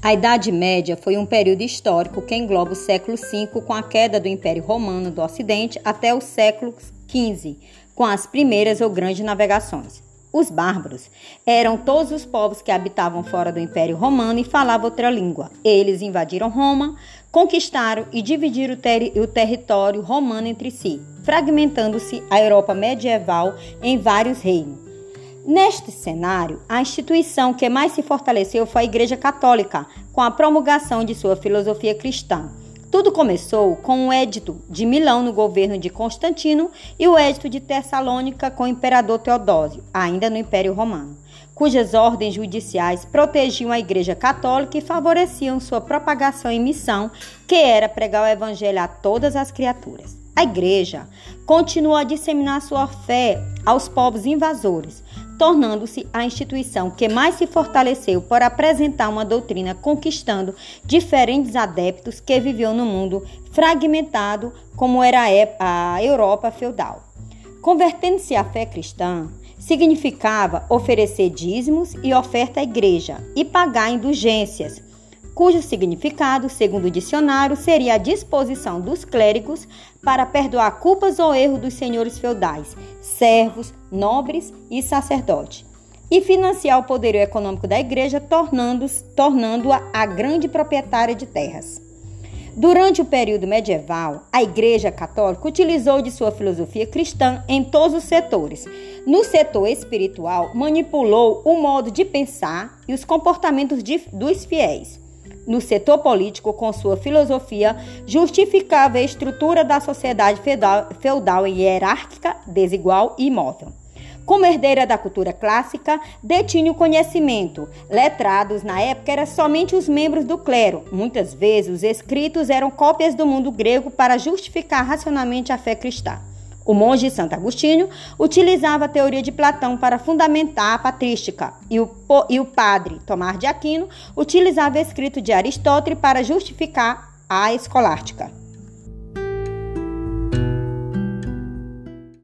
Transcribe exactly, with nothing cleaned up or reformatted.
A Idade Média foi um período histórico que engloba o século cinco, com a queda do Império Romano do Ocidente, até o século quinze, com as primeiras ou grandes navegações. Os bárbaros eram todos os povos que habitavam fora do Império Romano e falavam outra língua. Eles invadiram Roma, conquistaram e dividiram o, ter- o território romano entre si, fragmentando-se a Europa medieval em vários reinos. Neste cenário, a instituição que mais se fortaleceu foi a Igreja Católica, com a promulgação de sua filosofia cristã. Tudo começou com o Edito de Milão no governo de Constantino e o Edito de Tessalônica com o imperador Teodósio, ainda no Império Romano, cujas ordens judiciais protegiam a Igreja Católica e favoreciam sua propagação e missão, que era pregar o Evangelho a todas as criaturas. A Igreja continuou a disseminar sua fé aos povos invasores, tornando-se a instituição que mais se fortaleceu por apresentar uma doutrina, conquistando diferentes adeptos que viviam no mundo fragmentado como era a Europa feudal. Convertendo-se à fé cristã, significava oferecer dízimos e oferta à igreja e pagar indulgências, cujo significado, segundo o dicionário, seria a disposição dos clérigos para perdoar culpas ou erros dos senhores feudais, servos, nobres e sacerdotes, e financiar o poderio econômico da igreja, tornando, tornando-a a grande proprietária de terras. Durante o período medieval, a Igreja Católica utilizou de sua filosofia cristã em todos os setores. No setor espiritual, manipulou o modo de pensar e os comportamentos de, dos fiéis. No setor político, com sua filosofia, justificava a estrutura da sociedade feudal, feudal e hierárquica, desigual e imóvel. Como herdeira da cultura clássica, detinha o conhecimento. Letrados na época eram somente os membros do clero. Muitas vezes os escritos eram cópias do mundo grego para justificar racionalmente a fé cristã. O monge Santo Agostinho utilizava a teoria de Platão para fundamentar a patrística, e o, e o padre Tomás de Aquino utilizava o escrito de Aristóteles para justificar a escolástica.